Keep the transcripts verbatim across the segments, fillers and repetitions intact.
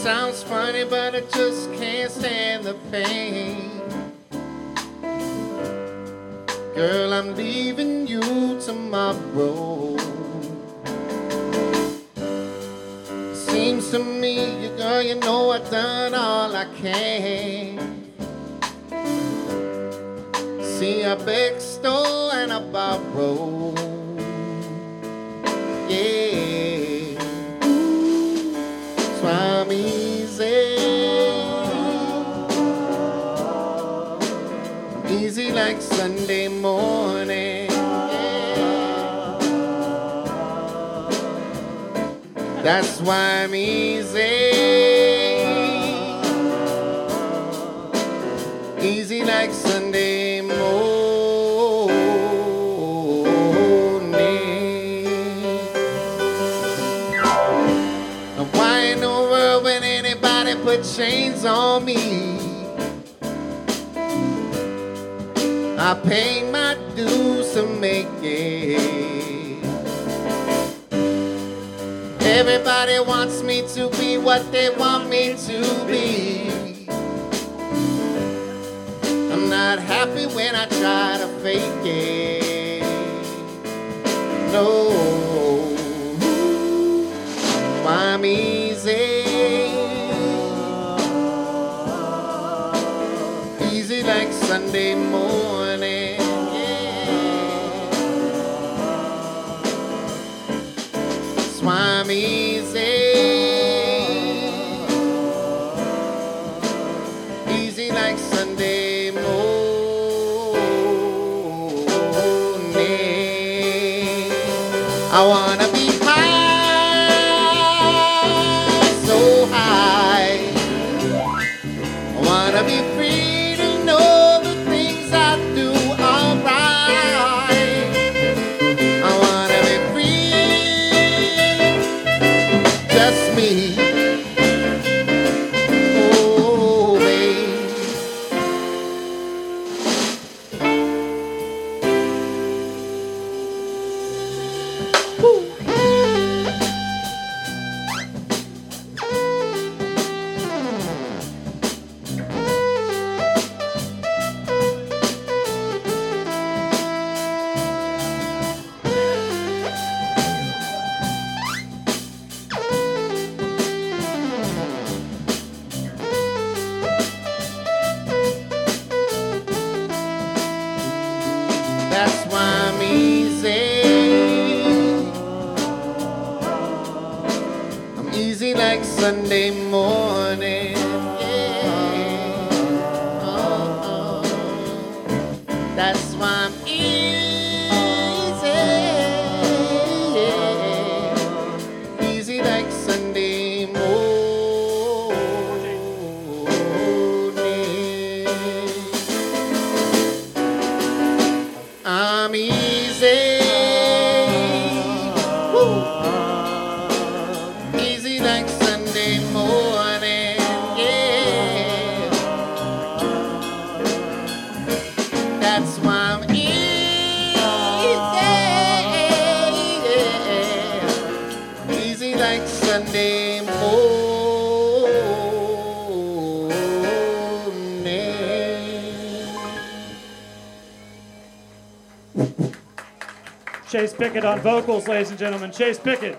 sounds funny, but I just can't stand the pain. Girl, I'm leaving you tomorrow. Seems to me, girl, you know I've done all I can. See, I beg, stole, and I borrow. Yeah, so I'm easy. Easy like Sunday morning. Yeah. That's why I'm easy. Easy like Sunday morning. Now why in the world would anybody put chains on me? I pay my dues to make it. Everybody wants me to be what they want me to be. I'm not happy when I try to fake it. No, I'm easy. Easy like Sunday morning. Yeah. That's why I'm easy. Easy like Sunday morning. I wanna be high, so high. I wanna be free. That's why I'm easy. I'm easy like Sunday morning. Yeah. Oh, oh. That's why I'm easy. Yeah. Easy like Sunday morning. I'm easy. Woo. Easy like Sunday morning. Yeah. That's why I'm easy. Yeah. Easy like Sunday morning. Chase Pickett on vocals, ladies and gentlemen. Chase Pickett.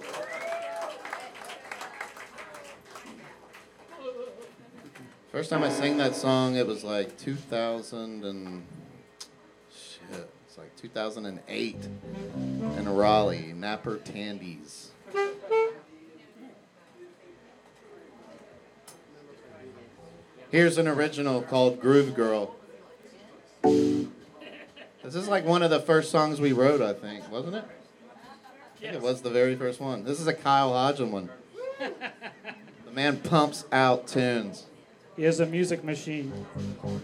First time I sang that song, it was like two thousand and shit. It's like two thousand eight in Raleigh, Napper Tandies. Here's an original called Groove Girl. This is like one of the first songs we wrote, I think, wasn't it? I think it was the very first one. This is a Kyle Hodgson one. The man pumps out tunes. He is a music machine.